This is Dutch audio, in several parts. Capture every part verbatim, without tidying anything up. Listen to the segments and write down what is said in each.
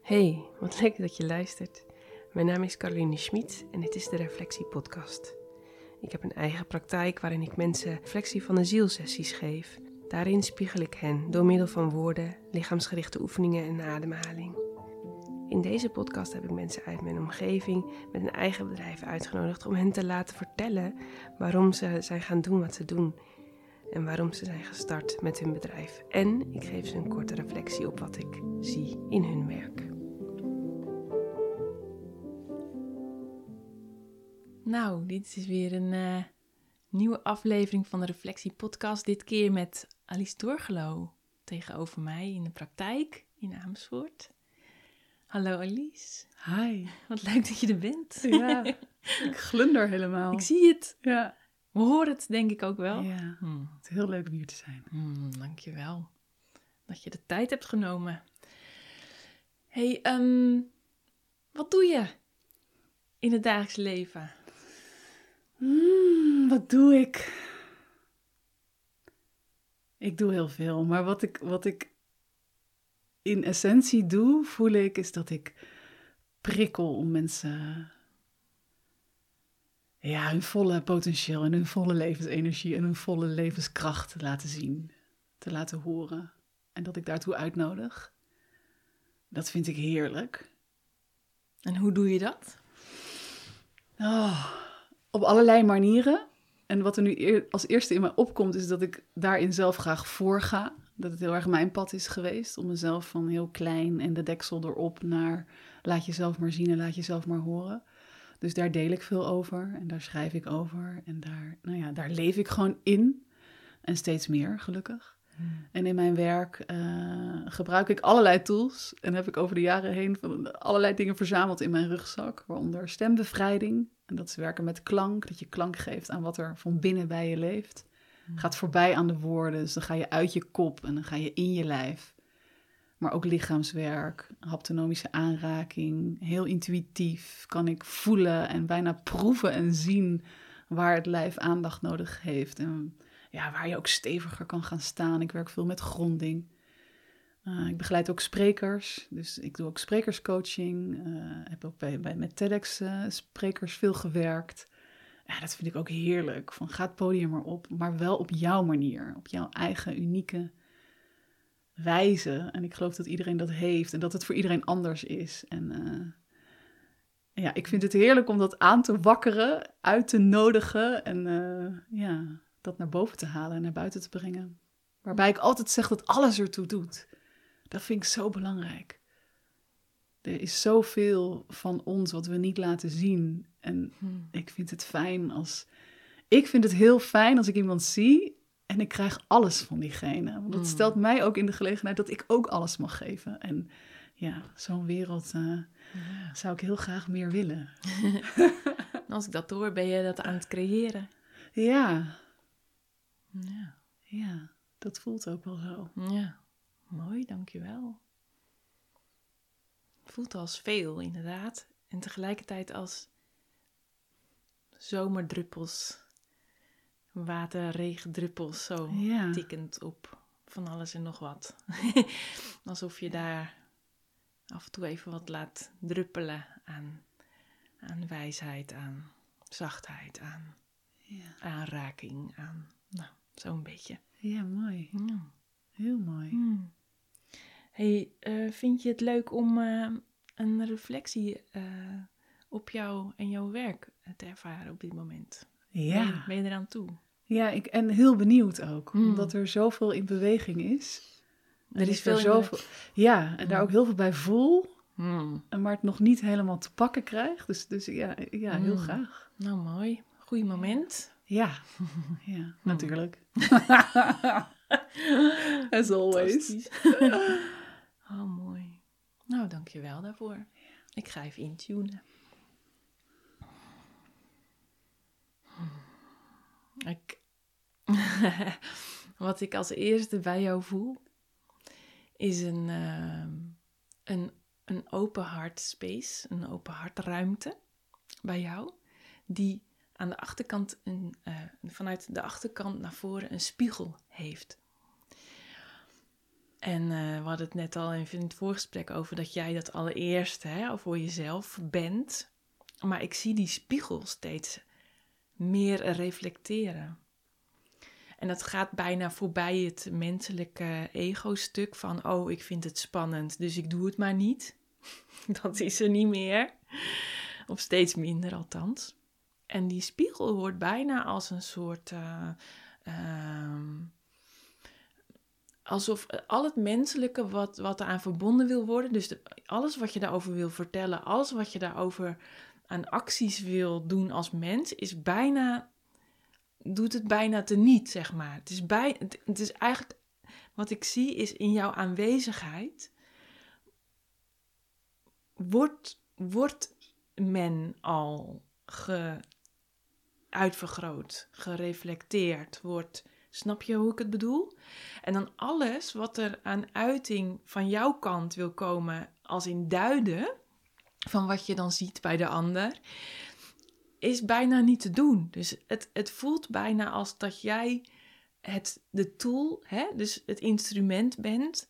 Hey, wat leuk dat je luistert. Mijn naam is Caroline Schmid en dit is de Reflectie Podcast. Ik heb een eigen praktijk waarin ik mensen reflectie van de zielsessies geef. Daarin spiegel ik hen door middel van woorden, lichaamsgerichte oefeningen en ademhaling. In deze podcast heb ik mensen uit mijn omgeving met een eigen bedrijf uitgenodigd om hen te laten vertellen waarom ze zijn gaan doen wat ze doen en waarom ze zijn gestart met hun bedrijf. En ik geef ze een korte reflectie op wat ik zie in hun werk. Nou, dit is weer een uh, nieuwe aflevering van de Reflectie Podcast. Dit keer met Alice Doorgelo tegenover mij in de praktijk in Amersfoort. Hallo Alice. Hi. Wat leuk dat je er bent. Ja, ik glunder helemaal. Ik zie het. Ja. We horen het denk ik ook wel. Ja, Hmm. het is heel leuk om hier te zijn. Hmm, dankjewel dat je de tijd hebt genomen. Hey, um, wat doe je in het dagelijks leven? Hmm, wat doe ik? Ik doe heel veel, maar wat ik, wat ik in essentie doe, voel ik, is dat ik prikkel om mensen ja, hun volle potentieel en hun volle levensenergie en hun volle levenskracht te laten zien, te laten horen. En dat ik daartoe uitnodig. Dat vind ik heerlijk. En hoe doe je dat? Oh, op allerlei manieren. En wat er nu eer, als eerste in mij opkomt, is dat ik daarin zelf graag voorga. Dat het heel erg mijn pad is geweest om mezelf van heel klein en de deksel erop naar laat jezelf maar zien en laat jezelf maar horen. Dus daar deel ik veel over en daar schrijf ik over en daar, nou ja, daar leef ik gewoon in. En steeds meer, gelukkig. Hmm. En in mijn werk uh, gebruik ik allerlei tools en heb ik over de jaren heen van allerlei dingen verzameld in mijn rugzak, waaronder stembevrijding. En dat is werken met klank, dat je klank geeft aan wat er van binnen bij je leeft. Hmm. Gaat voorbij aan de woorden, dus dan ga je uit je kop en dan ga je in je lijf. Maar ook lichaamswerk, haptonomische aanraking, heel intuïtief kan ik voelen en bijna proeven en zien waar het lijf aandacht nodig heeft. En ja, waar je ook steviger kan gaan staan. Ik werk veel met gronding. Uh, ik begeleid ook sprekers, dus ik doe ook sprekerscoaching. Uh, heb ook bij, bij, met TEDx uh, sprekers veel gewerkt. Ja, dat vind ik ook heerlijk. Van, ga het podium maar op, maar wel op jouw manier. Op jouw eigen unieke wijze. En ik geloof dat iedereen dat heeft en dat het voor iedereen anders is. En uh, ja, ik vind het heerlijk om dat aan te wakkeren, uit te nodigen en uh, ja, dat naar boven te halen en naar buiten te brengen. Waarbij ik altijd zeg dat alles ertoe doet. Dat vind ik zo belangrijk. Er is zoveel van ons wat we niet laten zien. En hmm. ik vind het fijn als... Ik vind het heel fijn als ik iemand zie en ik krijg alles van diegene. Want dat hmm. stelt mij ook in de gelegenheid dat ik ook alles mag geven. En ja, zo'n wereld uh, ja. zou ik heel graag meer willen. Als ik dat hoor, ben je dat aan het creëren? Ja. Ja. Ja, dat voelt ook wel zo. Ja, mooi, dankjewel. Het voelt als veel, inderdaad. En tegelijkertijd als zomerdruppels, waterregendruppels, zo ja. tikkend op van alles en nog wat. Alsof je daar af en toe even wat laat druppelen aan, aan wijsheid, aan zachtheid, aan ja. aanraking, aan... Nou, zo'n beetje. Ja, mooi. Ja. Heel mooi. Hmm. Hey, uh, vind je het leuk om uh, een reflectie uh, op jou en jouw werk te ervaren op dit moment? Ja. Ben je, ben je eraan toe? Ja, ik, en heel benieuwd ook. Hmm. Omdat er zoveel in beweging is. Er, er is veel zoveel. De... Ja, en hmm. daar ook heel veel bij voel. Hmm. Maar het nog niet helemaal te pakken krijg. Dus, dus ja, ja heel hmm. graag. Nou, mooi. Goeie moment. Ja, ja, natuurlijk. As always. Oh, mooi. Nou, dankjewel daarvoor. Ik ga even intunen. Ik... Wat ik als eerste bij jou voel, is een, uh, een, een open hart space, een open hartruimte bij jou, die aan de achterkant, een, uh, vanuit de achterkant naar voren een spiegel heeft. En uh, we hadden het net al in het voorgesprek over dat jij dat allereerst hè, voor jezelf bent. Maar ik zie die spiegel steeds meer reflecteren. En dat gaat bijna voorbij het menselijke ego-stuk van... oh, ik vind het spannend, dus ik doe het maar niet. Dat is er niet meer. Of steeds minder althans. En die spiegel wordt bijna als een soort... Uh, uh, alsof al het menselijke wat, wat eraan verbonden wil worden... dus de, alles wat je daarover wil vertellen... alles wat je daarover aan acties wil doen als mens... is bijna... doet het bijna teniet, zeg maar. Het is, bij, het, het is eigenlijk... wat ik zie is in jouw aanwezigheid... wordt, wordt men al ge, uitvergroot, gereflecteerd, wordt... Snap je hoe ik het bedoel? En dan alles wat er aan uiting van jouw kant wil komen... als in duiden van wat je dan ziet bij de ander... is bijna niet te doen. Dus het, het voelt bijna als dat jij het, de tool, hè, dus het instrument bent.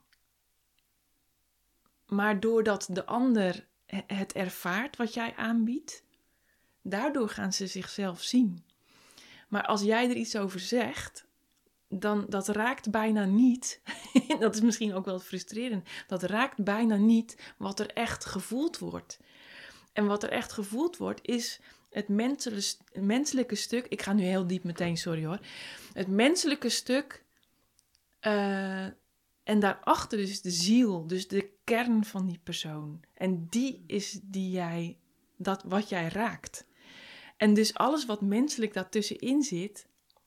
Maar doordat de ander het ervaart wat jij aanbiedt, daardoor gaan ze zichzelf zien. Maar als jij er iets over zegt, dan dat raakt bijna niet. Dat is misschien ook wel frustrerend. Dat raakt bijna niet wat er echt gevoeld wordt. En wat er echt gevoeld wordt is het menselijke stuk... Ik ga nu heel diep meteen, sorry hoor. Het menselijke stuk... Uh, en daarachter dus de ziel. Dus de kern van die persoon. En die is die jij... Dat wat jij raakt. En dus alles wat menselijk daartussenin zit...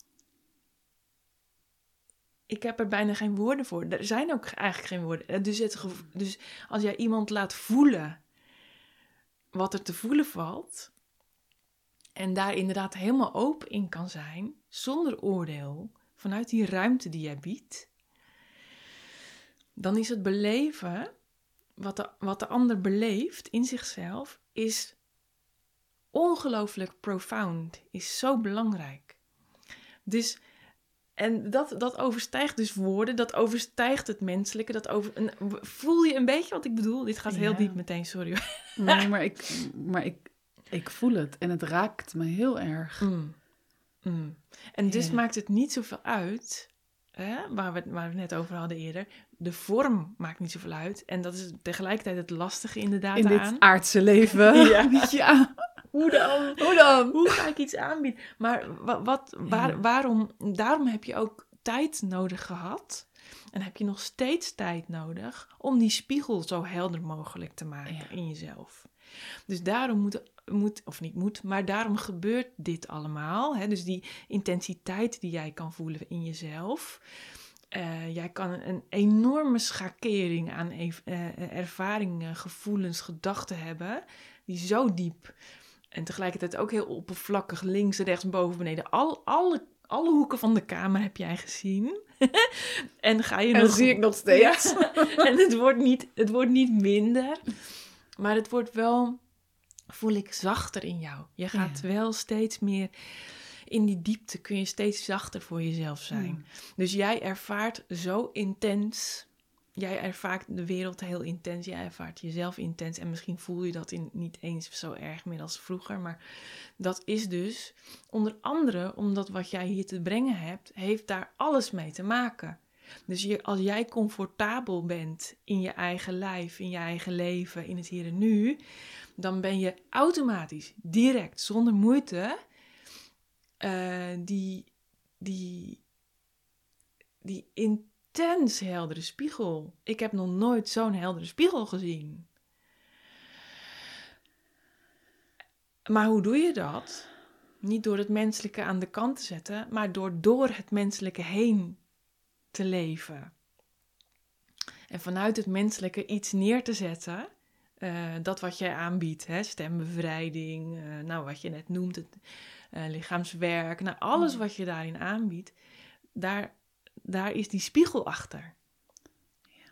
Ik heb er bijna geen woorden voor. Er zijn ook eigenlijk geen woorden. Dus, het gevo- dus als jij iemand laat voelen... wat er te voelen valt... en daar inderdaad helemaal open in kan zijn... zonder oordeel... vanuit die ruimte die jij biedt... dan is het beleven... wat de, wat de ander beleeft in zichzelf... is ongelooflijk profound. Is zo belangrijk. Dus... En dat, dat overstijgt dus woorden, dat overstijgt het menselijke. Dat over, voel je een beetje wat ik bedoel? Dit gaat heel ja. diep meteen, sorry. Nee, maar, ik, maar ik, ik voel het en het raakt me heel erg. Mm. Mm. En dus ja. maakt het niet zoveel uit, hè, waar, we, waar we het net over hadden eerder. De vorm maakt niet zoveel uit. En dat is tegelijkertijd het lastige inderdaad In aan. dit aardse leven. Ja. ja. Hoe dan? Hoe dan? Hoe ga ik iets aanbieden? Maar wat, wat, waar, ja. waarom, daarom heb je ook tijd nodig gehad. En heb je nog steeds tijd nodig om die spiegel zo helder mogelijk te maken ja. in jezelf. Dus daarom moet, moet, of niet moet, maar daarom gebeurt dit allemaal. Hè? Dus die intensiteit die jij kan voelen in jezelf. Uh, jij kan een, een enorme schakering aan ev- uh, ervaringen, gevoelens, gedachten hebben. Die zo diep... En tegelijkertijd ook heel oppervlakkig, links, rechts, boven, beneden. Al, alle, alle hoeken van de kamer heb jij gezien. en ga je en nog... dat zie ik nog steeds. Ja. En het wordt, niet, het wordt niet minder. Maar het wordt wel, voel ik, zachter in jou. Je gaat ja. wel steeds meer... In die diepte kun je steeds zachter voor jezelf zijn. Hmm. Dus jij ervaart zo intens... Jij ervaart de wereld heel intens, jij ervaart jezelf intens... en misschien voel je dat in, niet eens zo erg meer als vroeger... maar dat is dus onder andere omdat wat jij hier te brengen hebt... heeft daar alles mee te maken. Dus je, als jij comfortabel bent in je eigen lijf, in je eigen leven... in het hier en nu, dan ben je automatisch, direct, zonder moeite... Uh, die, die, die in intens heldere spiegel. Ik heb nog nooit zo'n heldere spiegel gezien. Maar hoe doe je dat? Niet door het menselijke aan de kant te zetten, maar door door het menselijke heen te leven. En vanuit het menselijke iets neer te zetten, uh, dat wat jij aanbiedt, hè, stembevrijding, uh, nou wat je net noemt, het uh, lichaamswerk, nou alles wat je daarin aanbiedt, daar Daar is die spiegel achter. Ja.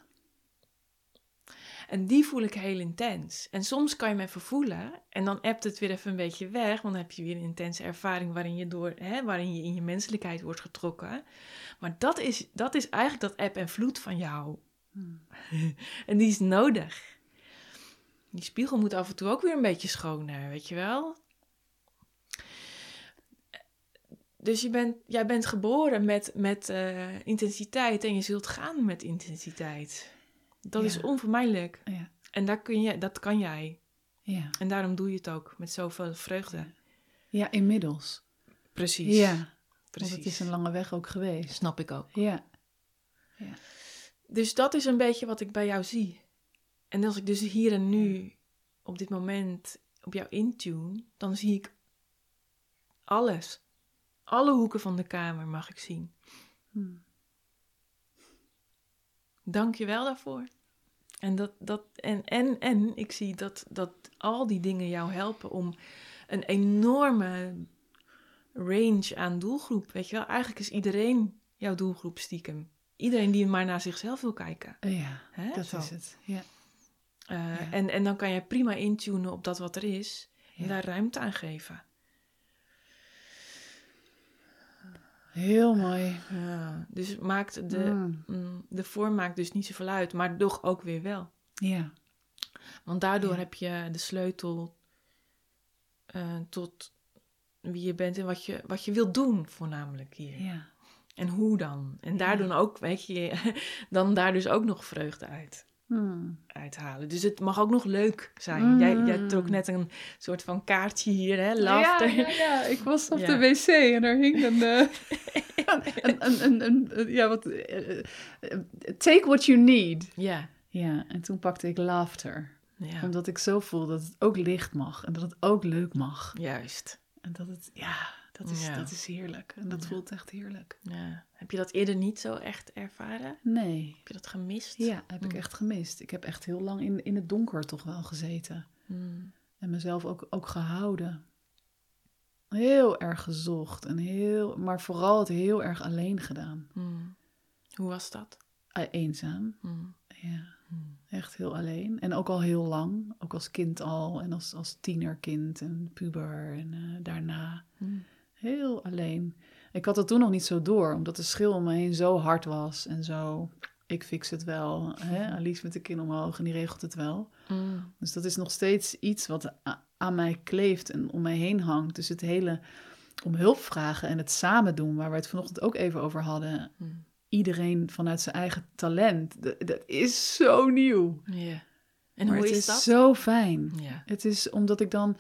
En die voel ik heel intens. En soms kan je me even voelen. En dan ebt het weer even een beetje weg. Want dan heb je weer een intense ervaring waarin je, door, hè, waarin je in je menselijkheid wordt getrokken. Maar dat is, dat is eigenlijk dat eb en vloed van jou. Hmm. En die is nodig. Die spiegel moet af en toe ook weer een beetje schoner, weet je wel? Dus je bent, jij bent geboren met, met uh, intensiteit en je zult gaan met intensiteit. Dat ja. is onvermijdelijk. Ja. En daar kun je, dat kan jij. Ja. En daarom doe je het ook met zoveel vreugde. Ja, inmiddels. Precies. Ja, Precies. Want het is een lange weg ook geweest. Snap ik ook. Ja. Ja. Dus dat is een beetje wat ik bij jou zie. En als ik dus hier en nu, op dit moment, op jou intune, dan zie ik alles. Alle hoeken van de kamer mag ik zien. Hmm. Dank je wel daarvoor. En, dat, dat, en, en, en ik zie dat, dat al die dingen jou helpen om een enorme range aan doelgroep. Weet je wel, eigenlijk is iedereen jouw doelgroep stiekem. Iedereen die maar naar zichzelf wil kijken. Ja, Hè? dat Zo. is het. Ja. Uh, ja. en, en dan kan je prima intunen op dat wat er is. En ja. daar ruimte aan geven. Heel mooi. Ja, dus maakt de, mm. Mm, de vorm maakt dus niet zoveel uit, maar toch ook weer wel. Ja. Want daardoor ja. heb je de sleutel uh, tot wie je bent en wat je, wat je wilt doen, voornamelijk hier. Ja. En hoe dan? En daardoor ja. ook, weet je, dan daar dus ook nog vreugde uit. Hmm. uithalen. Dus het mag ook nog leuk zijn. Mm. Jij, jij trok net een soort van kaartje hier, hè? Laughter. Ja, ja, ja. Ik was op ja. de wc en er hing een... Uh, een, een, een, een, een ja, wat... Uh, uh, take what you need. Ja. Ja, en toen pakte ik laughter. Ja. Omdat ik zo voel dat het ook licht mag. En dat het ook leuk mag. Juist. En dat het... Ja, dat is, ja. dat is heerlijk. En dat ja. voelt echt heerlijk. Ja. Heb je dat eerder niet zo echt ervaren? Nee. Heb je dat gemist? Ja, heb mm. ik echt gemist. Ik heb echt heel lang in, in het donker toch wel gezeten. Mm. En mezelf ook, ook gehouden. Heel erg gezocht. En heel, maar vooral het heel erg alleen gedaan. Mm. Hoe was dat? Uh, eenzaam. Mm. Ja, mm. echt heel alleen. En ook al heel lang. Ook als kind al. En als, als tienerkind en puber. En uh, daarna. Mm. Heel alleen. Ik had het toen nog niet zo door. Omdat de schil om me heen zo hard was. En zo, ik fix het wel. Hè? Alice met de kin omhoog en die regelt het wel. Mm. Dus dat is nog steeds iets wat a- aan mij kleeft en om mij heen hangt. Dus het hele om hulp vragen en het samen doen. Waar we het vanochtend ook even over hadden. Mm. Iedereen vanuit zijn eigen talent. Dat, dat is zo nieuw. Ja. En maar hoe het is is dat? zo fijn. Ja. Het is omdat ik dan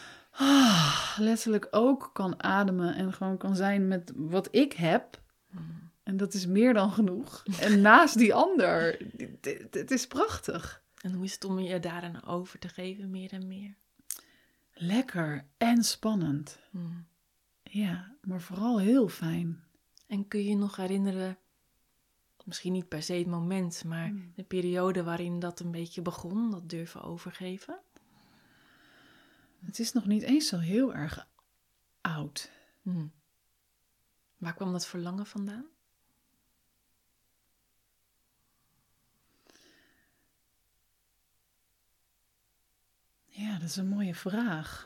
ah, letterlijk ook kan ademen en gewoon kan zijn met wat ik heb. Mm. En dat is meer dan genoeg. En naast die ander. Het is prachtig. En hoe is het om je daaraan over te geven, meer en meer? Lekker en spannend. Mm. Ja, maar vooral heel fijn. En kun je je nog herinneren, misschien niet per se het moment, maar mm. de periode waarin dat een beetje begon, dat durven overgeven? Het is nog niet eens zo heel erg oud. Mm. Waar kwam dat verlangen vandaan? Ja, dat is een mooie vraag.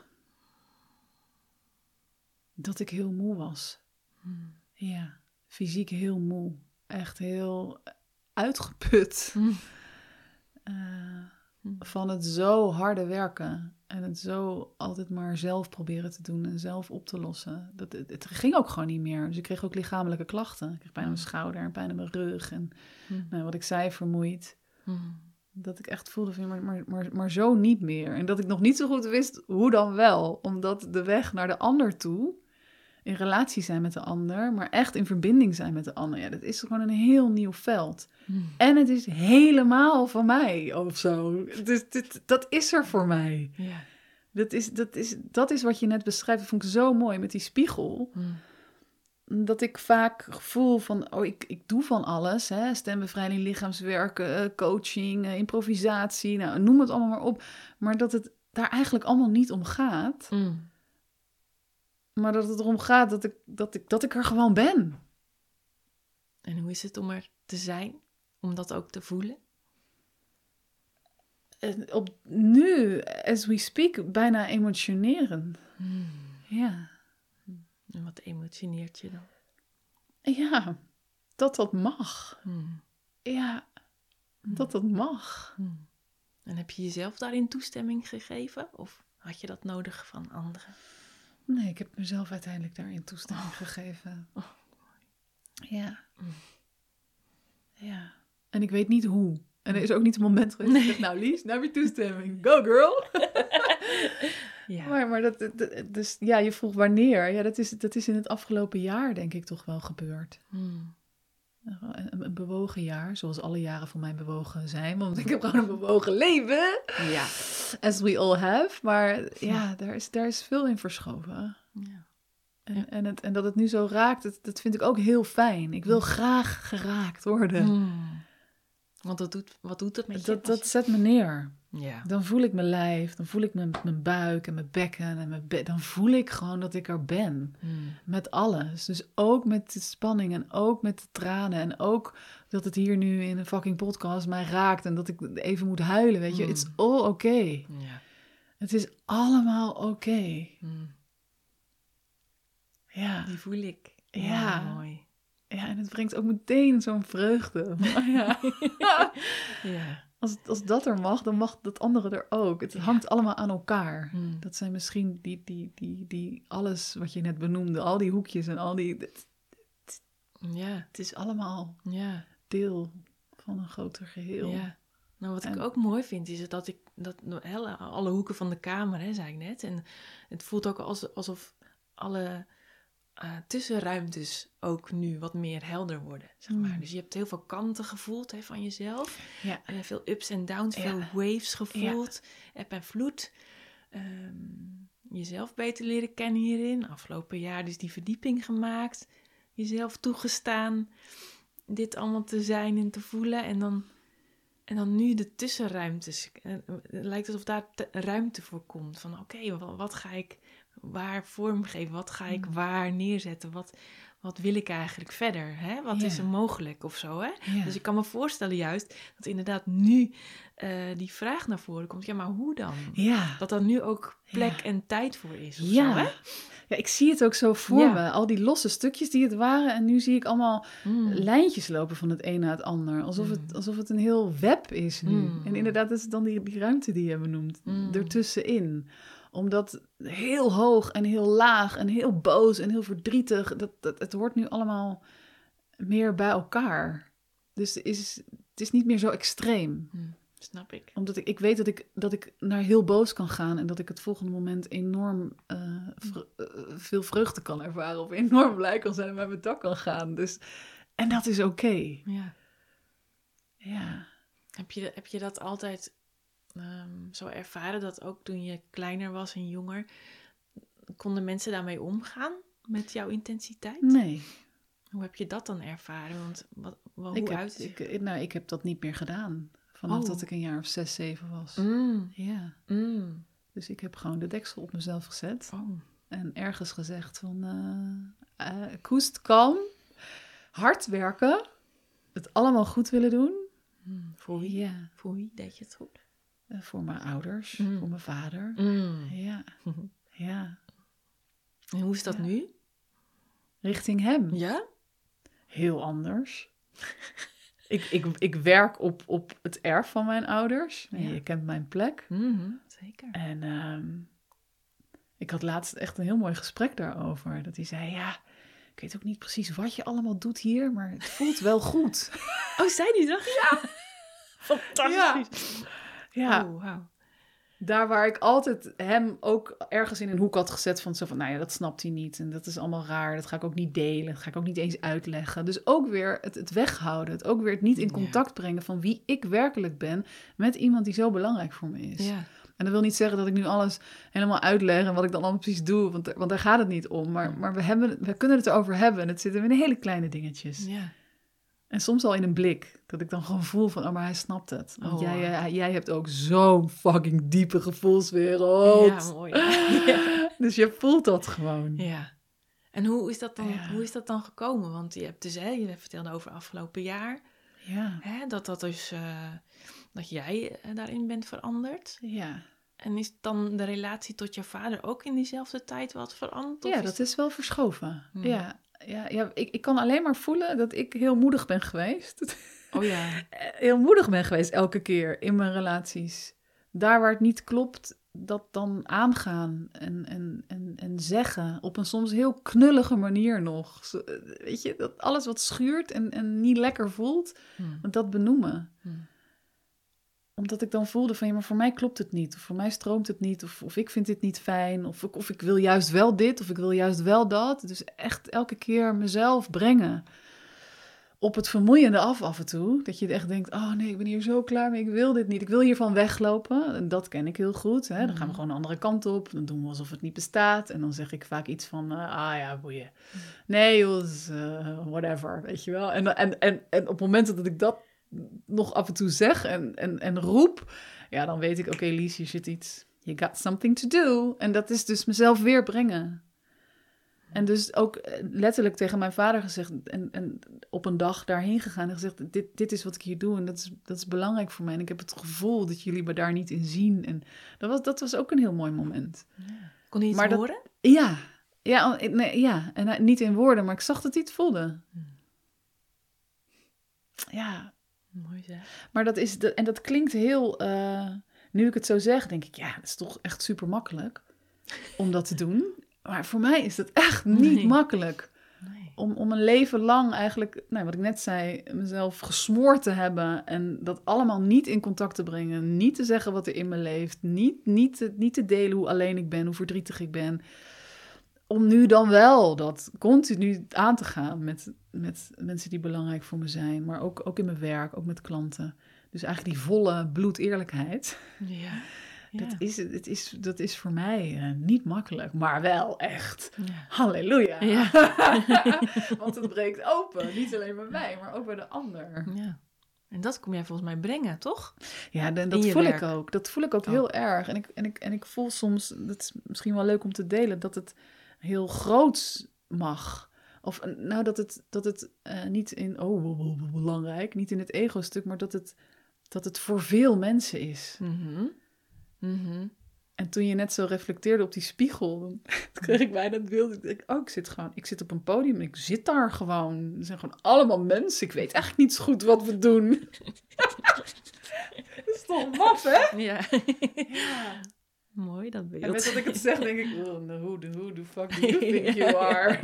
Dat ik heel moe was. Mm. Ja, fysiek heel moe. Echt heel uitgeput. Mm. Uh, mm. Van het zo harde werken. En het zo altijd maar zelf proberen te doen en zelf op te lossen. Dat, het, het ging ook gewoon niet meer. Dus ik kreeg ook lichamelijke klachten. Ik kreeg pijn aan mijn schouder en pijn aan mijn rug. En mm. nou, wat ik zei, vermoeid. Mm. Dat ik echt voelde van, maar, maar, maar, maar zo niet meer. En dat ik nog niet zo goed wist hoe dan wel. Omdat de weg naar de ander toe, in relatie zijn met de ander, maar echt in verbinding zijn met de ander. Ja, dat is gewoon een heel nieuw veld. Mm. En het is helemaal van mij of zo. Dus dit, dat is er voor mij. Ja. Dat is, dat, is, dat is wat je net beschrijft. Dat vond ik zo mooi met die spiegel. Mm. Dat ik vaak voel van, oh, ik, ik doe van alles. Hè? Stembevrijding, lichaamswerken, coaching, improvisatie. Nou, noem het allemaal maar op. Maar dat het daar eigenlijk allemaal niet om gaat. Mm. Maar dat het erom gaat dat ik, dat, ik, dat ik er gewoon ben. En hoe is het om er te zijn? Om dat ook te voelen? En op nu, as we speak, bijna emotioneren. Mm. Ja. En wat emotioneert je dan? Ja. dat dat mag. Hmm. Ja, dat dat mag. Hmm. En heb je jezelf daarin toestemming gegeven? Of had je dat nodig van anderen? Nee, ik heb mezelf uiteindelijk daarin toestemming oh. gegeven. Oh. Ja. Hmm. Ja. En ik weet niet hoe. En er is ook niet een moment geweest dat ik zeg, nou Lies, nou heb je toestemming. Go girl! ja. Maar, maar dat, dat, dus ja, je vroeg wanneer. Ja, dat is, dat is in het afgelopen jaar denk ik toch wel gebeurd. Hmm. Een, een bewogen jaar, zoals alle jaren van mij bewogen zijn. Want ik heb gewoon een bewogen leven. Ja. As we all have. Maar ja, daar is, daar is veel in verschoven. Ja. En, ja. en, het, en dat het nu zo raakt, dat, dat vind ik ook heel fijn. Ik wil graag geraakt worden. Hmm. Want dat doet, wat doet het met je? Dat, dat zet me neer. Ja. Dan voel ik mijn lijf, dan voel ik mijn, mijn buik en mijn bekken en mijn be- dan voel ik gewoon dat ik er ben. Hmm. Met alles. Dus ook met de spanning en ook met de tranen en ook dat het hier nu in een fucking podcast mij raakt en dat ik even moet huilen, weet je. Hmm. It's all okay. Ja. Het is allemaal oké. Okay. Hmm. Ja. Die voel ik. Ja. Ja. Mooi. Ja, en het brengt ook meteen zo'n vreugde. Ja. ja. Als, als dat er mag, dan mag dat andere er ook. Het ja. hangt allemaal aan elkaar. Hmm. Dat zijn misschien die, die, die, die, alles wat je net benoemde, al die hoekjes en al die... Het, het, ja. het is allemaal ja. deel van een groter geheel. Ja. Nou, wat en, ik ook mooi vind, is dat ik dat hele, alle hoeken van de kamer, hè, zei ik net. En het voelt ook als, alsof alle uh, tussenruimtes ook nu wat meer helder worden, zeg maar. Mm. Dus je hebt heel veel kanten gevoeld, hè, van jezelf. Ja. Uh, veel ups en downs, ja. veel waves gevoeld. Ja. Eb en vloed. Um, jezelf beter leren kennen hierin. Afgelopen jaar dus die verdieping gemaakt. Jezelf toegestaan dit allemaal te zijn en te voelen. En dan, en dan nu de tussenruimtes. Het lijkt alsof daar te, ruimte voor komt. Van oké, okay, wat, wat ga ik waar vormgeven? Wat ga ik waar neerzetten? Wat, wat wil ik eigenlijk verder? Hè? Wat ja. is er mogelijk of zo? Hè? Ja. Dus ik kan me voorstellen juist dat inderdaad nu uh, die vraag naar voren komt. Ja, maar hoe dan? Ja. Dat er nu ook plek ja. en tijd voor is. Of ja. zo, hè? Ja, ik zie het ook zo voor ja. me. Al die losse stukjes die het waren. En nu zie ik allemaal mm. lijntjes lopen van het een naar het ander. Alsof, mm. het, alsof het een heel web is nu. Mm. En inderdaad, dat is dan die, die ruimte die je benoemt. Mm. Ertussenin. Omdat heel hoog en heel laag en heel boos en heel verdrietig. Dat, dat, het hoort nu allemaal meer bij elkaar. Dus het is, het is niet meer zo extreem. Mm. Snap ik. Omdat ik, ik weet dat ik, dat ik naar heel boos kan gaan... en dat ik het volgende moment enorm uh, vre- uh, veel vreugde kan ervaren... of enorm blij kan zijn en bij mijn dak kan gaan. Dus, en dat is oké. Okay. Ja. Ja. Heb je, heb je dat altijd um, zo ervaren... dat ook toen je kleiner was en jonger... konden mensen daarmee omgaan met jouw intensiteit? Nee. Hoe heb je dat dan ervaren? Want wat, wat, ik hoe heb, uit het ik, nou, ik heb dat niet meer gedaan... Vanaf oh. dat ik een jaar of zes, zeven was. Mm. Ja. Mm. Dus ik heb gewoon de deksel op mezelf gezet. Oh. En ergens gezegd van... Uh, uh, koest, kalm. Hard werken. Het allemaal goed willen doen. Mm. Voor wie? Ja. Voor wie deed je het goed? Uh, voor mijn ouders. Mm. Voor mijn vader. Mm. Ja. Ja. En hoe is dat ja. nu? Richting hem. Ja? Heel anders. Ik, ik, ik werk op, op het erf van mijn ouders. Ja. Je kent mijn plek. Mm-hmm, zeker. En um, ik had laatst echt een heel mooi gesprek daarover. Dat hij zei, ja, ik weet ook niet precies wat je allemaal doet hier, maar het voelt wel goed. Oh, zei hij dat? Ja. Fantastisch. Ja. Oh, wow. Daar waar ik altijd hem ook ergens in een hoek had gezet van zo van, nou ja, dat snapt hij niet. En dat is allemaal raar. Dat ga ik ook niet delen. Dat ga ik ook niet eens uitleggen. Dus ook weer het, het weghouden. Het ook weer het niet in contact ja. brengen van wie ik werkelijk ben met iemand die zo belangrijk voor me is. Ja. En dat wil niet zeggen dat ik nu alles helemaal uitleg en wat ik dan allemaal precies doe. Want, want daar gaat het niet om. Maar, maar we, hebben, we kunnen het erover hebben. En het zit in hele kleine dingetjes. Ja. En soms al in een blik. Dat ik dan gewoon voel van, oh, maar hij snapt het. Want oh, jij, wow. jij, jij hebt ook zo'n fucking diepe gevoelswereld. Ja, mooi. Ja. Dus je voelt dat gewoon. Ja. En hoe is dat dan, ja. hoe is dat dan gekomen? Want je hebt dus, hè, je vertelde over afgelopen jaar. Ja. Hè, dat dat dus, uh, dat jij daarin bent veranderd. Ja. En is dan de relatie tot je vader ook in diezelfde tijd wat veranderd? Ja, dat is wel verschoven. Hmm. Ja. ja, ja ik, ik kan alleen maar voelen dat ik heel moedig ben geweest. Oh ja. Heel moedig ben geweest elke keer in mijn relaties. Daar waar het niet klopt, dat dan aangaan en, en, en, en zeggen. Op een soms heel knullige manier nog. Zo, weet je, dat alles wat schuurt en, en niet lekker voelt, Hmm. dat benoemen. Hmm. Omdat ik dan voelde van, ja, maar voor mij klopt het niet. Of voor mij stroomt het niet. Of, of ik vind dit niet fijn. Of, of ik wil juist wel dit. Of ik wil juist wel dat. Dus echt elke keer mezelf brengen. Op het vermoeiende af af en toe. Dat je echt denkt, oh nee, ik ben hier zo klaar mee. Ik wil dit niet. Ik wil hiervan weglopen. En dat ken ik heel goed. Hè? Dan gaan we gewoon een andere kant op. Dan doen we alsof het niet bestaat. En dan zeg ik vaak iets van, uh, ah ja, boeien. Nee joh, dus, uh, whatever, weet je wel. En, en, en, en op momenten dat ik dat nog af en toe zeg en, en, en roep, ja, dan weet ik, oké, okay, Lies, hier zit iets. You got something to do. En dat is dus mezelf weer brengen. En dus ook letterlijk tegen mijn vader gezegd en, en op een dag daarheen gegaan en gezegd, dit, dit is wat ik hier doe en dat is, dat is belangrijk voor mij. En ik heb het gevoel dat jullie me daar niet in zien. En dat was, dat was ook een heel mooi moment. Ja. Kon je iets maar horen? Dat, ja, ja, nee, ja, en niet in woorden, maar ik zag dat hij het voelde. Hmm. Ja. Mooi zeg. Maar dat is, en dat klinkt heel, uh, nu ik het zo zeg, denk ik, ja, dat is toch echt super makkelijk om dat te doen. Maar voor mij is dat echt niet nee. makkelijk. Nee. Om, om een leven lang eigenlijk, nou, wat ik net zei, mezelf gesmoord te hebben. En dat allemaal niet in contact te brengen. Niet te zeggen wat er in me leeft. Niet, niet, te, niet te delen hoe alleen ik ben, hoe verdrietig ik ben. Om nu dan wel dat continu aan te gaan met, met mensen die belangrijk voor me zijn. Maar ook, ook in mijn werk, ook met klanten. Dus eigenlijk die volle bloedeerlijkheid. Ja. Ja. Dat, is, het is, dat is voor mij uh, niet makkelijk, maar wel echt. Ja. Halleluja. Ja. Want het breekt open. Niet alleen bij mij, maar ook bij de ander. Ja. En dat kom jij volgens mij brengen, toch? Ja, de, dat voel werk. ik ook. Dat voel ik ook oh. heel erg. En ik, en, ik, en ik voel soms, dat is misschien wel leuk om te delen, dat het heel groots mag. Of nou, dat het, dat het uh, niet in, oh, belangrijk, niet in het ego-stuk, maar dat het, dat het voor veel mensen is. Mm-hmm. Mm-hmm. En toen je net zo reflecteerde op die spiegel, dan kreeg ik bijna het beeld. Ik denk, oh, ik zit gewoon, ik zit op een podium en ik zit daar gewoon. Er zijn gewoon allemaal mensen. Ik weet eigenlijk niet zo goed wat we doen. Dat is toch maf, hè? Ja. Ja. Mooi, dat beeld. En met dat ik het zeg, denk ik, oh, who, the, who the fuck do you think you are?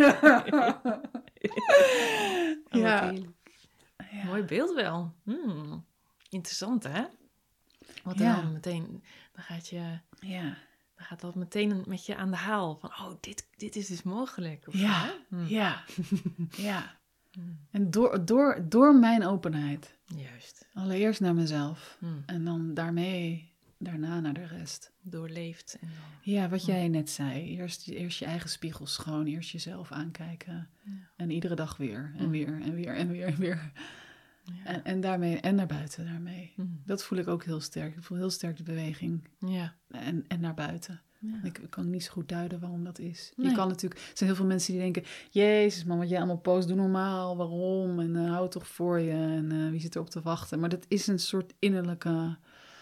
Oh, ja. Ja. Mooi beeld wel. Hmm. Interessant, hè? Wat ja. dan meteen, dan gaat je, ja. dan gaat dat meteen met je aan de haal. Van, oh, dit, dit is dus mogelijk. Of ja, hmm. ja, ja. En door, door, door mijn openheid. Juist. Allereerst naar mezelf. Hmm. En dan daarmee, daarna naar de rest. Doorleefd. En dan... Ja, wat hmm. jij net zei. Eerst, eerst je eigen spiegel schoon. Eerst jezelf aankijken. Ja. En iedere dag weer. En hmm. weer, en weer, en weer, en weer. Ja. En, en daarmee, en naar buiten daarmee. Mm. Dat voel ik ook heel sterk. Ik voel heel sterk de beweging. Ja. En, en naar buiten. Ja. Ik, ik kan niet zo goed duiden waarom dat is. Nee. Je kan natuurlijk, er zijn heel veel mensen die denken, Jezus man, wat jij allemaal post, doe normaal, waarom? En uh, hou het toch voor je. En uh, wie zit erop te wachten? Maar dat is een soort innerlijke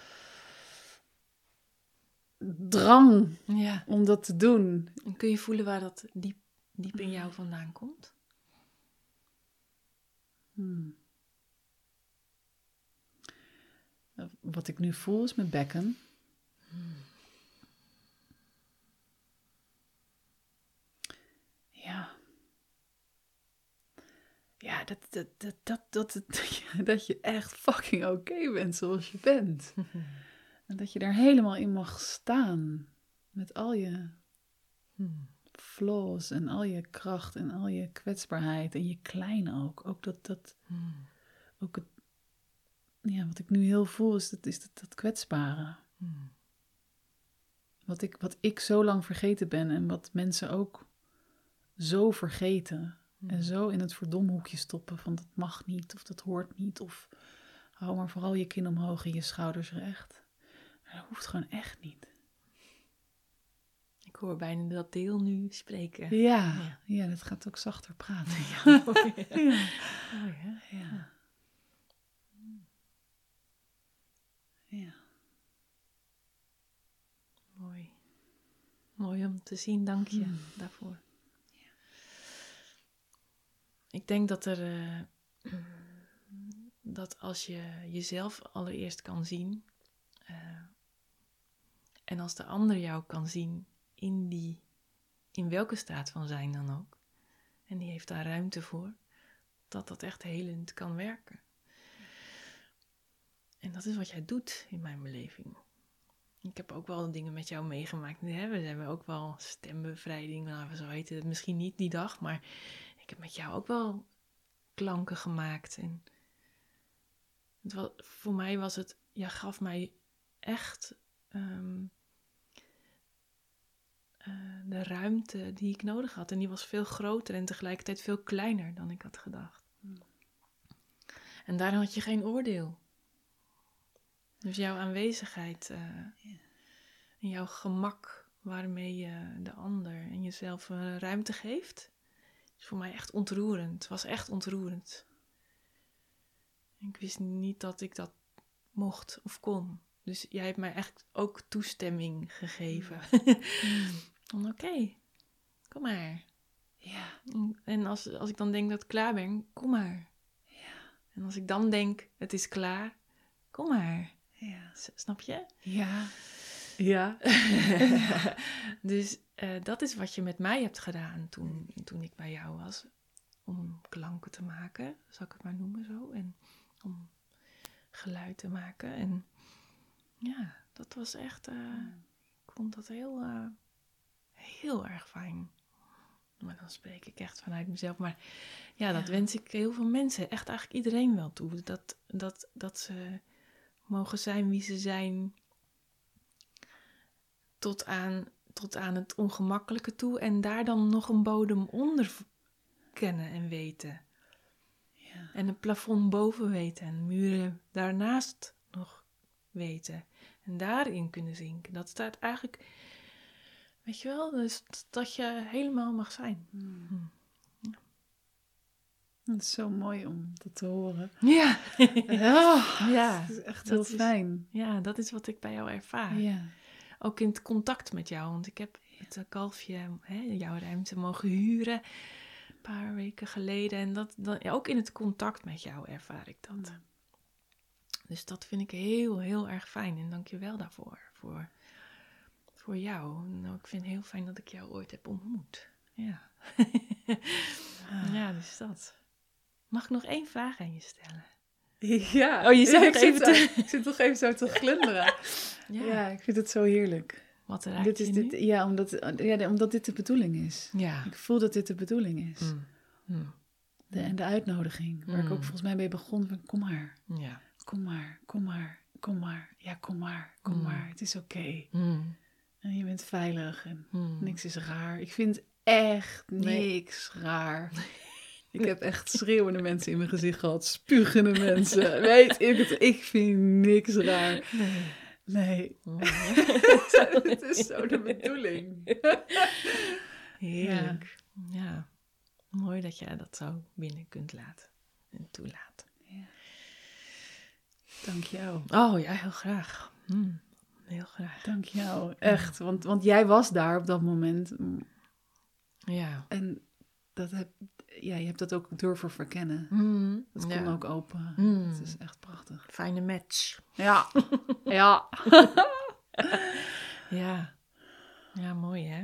drang ja. om dat te doen. En kun je voelen waar dat diep, diep in jou vandaan komt? Hmm. Wat ik nu voel is mijn bekken. Hmm. Ja. Ja, dat, dat, dat, dat, dat, dat, dat je echt fucking oké okay bent zoals je bent. En dat je daar helemaal in mag staan. Met al je hmm. flaws en al je kracht en al je kwetsbaarheid. En je klein ook. Ook dat, dat hmm. ook het ja, wat ik nu heel voel is dat, is dat, dat kwetsbare. Hmm. Wat, ik, wat ik zo lang vergeten ben en wat mensen ook zo vergeten. Hmm. En zo in het verdomhoekje stoppen van dat mag niet of dat hoort niet. Of hou maar vooral je kin omhoog en je schouders recht. Maar dat hoeft gewoon echt niet. Ik hoor bijna dat deel nu spreken. Ja, ja. ja dat gaat ook zachter praten. Ja. Oh, ja. ja. Oh, ja. ja. Ja. Mooi. Mooi om te zien, dank je mm. daarvoor. Ja. ik denk dat er... Uh, dat als je jezelf allereerst kan zien... Uh, en als de ander jou kan zien in die... in welke staat van zijn dan ook... en die heeft daar ruimte voor... dat dat echt helend kan werken. En dat is wat jij doet in mijn beleving. Ik heb ook wel dingen met jou meegemaakt. Hè? We hebben ook wel stembevrijding, nou, zo heette het misschien niet die dag, maar ik heb met jou ook wel klanken gemaakt. En het was, voor mij was het, jij gaf mij echt um, uh, de ruimte die ik nodig had. En die was veel groter en tegelijkertijd veel kleiner dan ik had gedacht. Hmm. En daarin had je geen oordeel. Dus jouw aanwezigheid uh, yeah. en jouw gemak waarmee je de ander en jezelf uh, ruimte geeft, is voor mij echt ontroerend. Het was echt ontroerend. Ik wist niet dat ik dat mocht of kon. Dus jij hebt mij echt ook toestemming gegeven. Mm. Oké, okay, kom maar. Ja. En als, als ik dan denk dat ik klaar ben, kom maar. Ja. En als ik dan denk, het is klaar, kom maar. Ja. Snap je? Ja. Ja. Dus uh, dat is wat je met mij hebt gedaan toen, toen ik bij jou was. Om klanken te maken, zal ik het maar noemen zo. En om geluid te maken. En ja, dat was echt... Uh, ik vond dat heel, uh, heel erg fijn. Maar dan spreek ik echt vanuit mezelf. Maar ja, dat ja. wens ik heel veel mensen, echt eigenlijk iedereen wel toe. Dat, dat, dat ze mogen zijn wie ze zijn... Tot aan, tot aan het ongemakkelijke toe. En daar dan nog een bodem onder kennen en weten. Ja. En een plafond boven weten. En muren daarnaast nog weten. En daarin kunnen zinken. Dat staat eigenlijk... Weet je wel? Dus dat je helemaal mag zijn. Hmm. Hmm. Ja. Dat is zo mooi om dat te horen. Ja. Oh, ja. Dat is echt heel fijn. Is, ja, dat is wat ik bij jou ervaar. Ja. Ook in het contact met jou. Want ik heb het kalfje, hè, jouw ruimte mogen huren. Een paar weken geleden. En dat, dat, ja, ook in het contact met jou ervaar ik dat. Mm. Dus dat vind ik heel, heel erg fijn. En dank je wel daarvoor. Voor, voor jou. Nou, ik vind het heel fijn dat ik jou ooit heb ontmoet. Ja. ah. Ja, dus dat. Mag ik nog één vraag aan je stellen? Ja, oh, je zit ja, nog even zit te... zo, ik zit nog even zo te glunderen. ja. ja, ik vind het zo heerlijk. Wat raakt dit is je dit, nu? Ja, omdat, ja, omdat dit de bedoeling is. Ja. Ik voel dat dit de bedoeling is. Mm. Mm. De, en de uitnodiging, waar mm. ik ook volgens mij mee begon. Van, kom maar, ja. kom maar, kom maar, kom maar. Ja, kom maar, kom mm. maar. Het is oké. Okay. Mm. En je bent veilig en mm. niks is raar. Ik vind echt niks nee. raar. Ik heb echt schreeuwende mensen in mijn gezicht gehad. Spugende mensen. Weet ik het? Ik vind niks raar. Nee. Nee. Oh. Het is zo de bedoeling. Heerlijk. Ja. ja. Mooi dat jij dat zo binnen kunt laten. En toelaten. Ja. Dank jou. Oh ja, heel graag. Mm. Heel graag. Dank jou. Echt. Want, want jij was daar op dat moment. Ja. En dat heb, ja, je hebt dat ook durven verkennen. Mm, dat kon ja. ook open. Mm. Het is echt prachtig. Fijne match. Ja. ja. ja. Ja, mooi hè?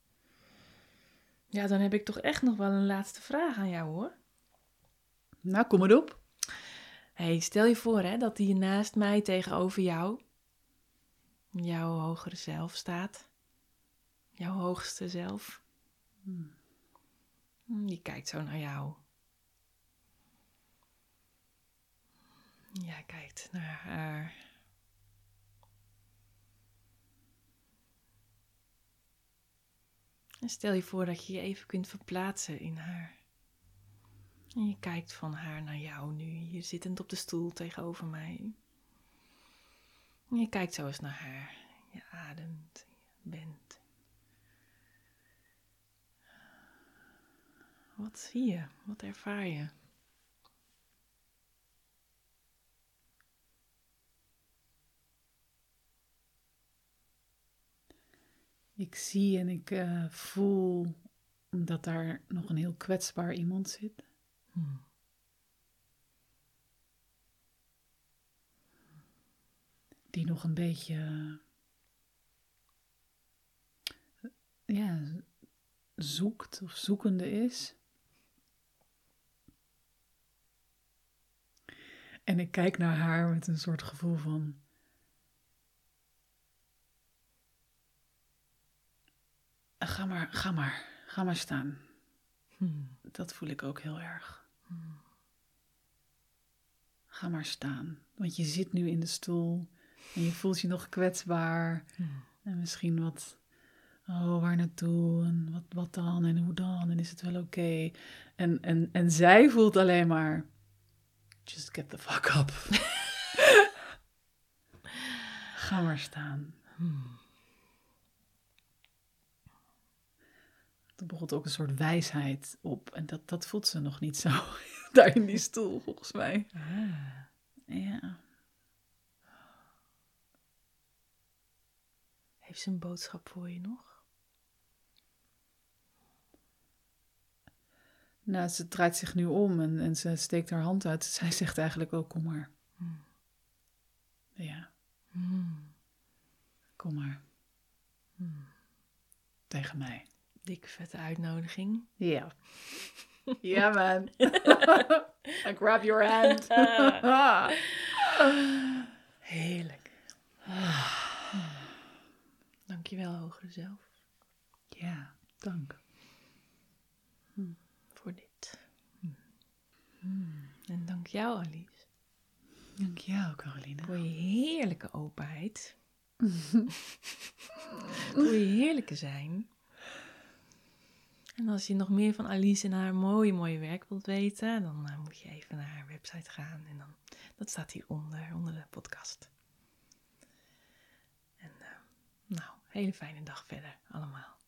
Ja, dan heb ik toch echt nog wel een laatste vraag aan jou hoor. Nou, kom maar op. Hey, stel je voor hè, dat hier naast mij tegenover jou, jouw hogere zelf staat. Jouw hoogste zelf. Hmm. Die kijkt zo naar jou. Jij kijkt naar haar. En stel je voor dat je je even kunt verplaatsen in haar. En je kijkt van haar naar jou nu, hier zittend op de stoel tegenover mij. En je kijkt zo eens naar haar. Je ademt, je bent. Wat zie je? Wat ervaar je? Ik zie en ik uh, voel dat daar nog een heel kwetsbaar iemand zit. Hmm. Die nog een beetje ja, zoekt of zoekende is. En ik kijk naar haar met een soort gevoel van... Ga maar, ga maar, ga maar staan. Hmm. Dat voel ik ook heel erg. Hmm. Ga maar staan. Want je zit nu in de stoel en je voelt je nog kwetsbaar. Hmm. En misschien wat, oh, waar naartoe? En wat, wat dan? En hoe dan? En is het wel oké? Okay? En, en, en zij voelt alleen maar, just get the fuck up. Ga maar staan. Hmm. Er begon ook een soort wijsheid op. En dat, dat voelt ze nog niet zo. Daar in die stoel, volgens mij. Ah. Ja. Heeft ze een boodschap voor je nog? Nou, ze draait zich nu om en, en ze steekt haar hand uit. Zij zegt eigenlijk ook, kom maar. Hmm. Ja. Hmm. Kom maar. Hmm. Tegen mij. Dikke vette uitnodiging. Ja. Ja, man. I grab your hand. Heerlijk. Dankjewel, hogere zelf. Ja, dank. Hmm. Voor dit. Hmm. Hmm. En dank jou, Alice. Dank jou, Caroline. Voor je heerlijke openheid. Voor je heerlijke zijn. En als je nog meer van Alice en haar mooie, mooie werk wilt weten, dan uh, moet je even naar haar website gaan. En dan, dat staat hieronder, onder de podcast. En uh, nou, hele fijne dag verder allemaal.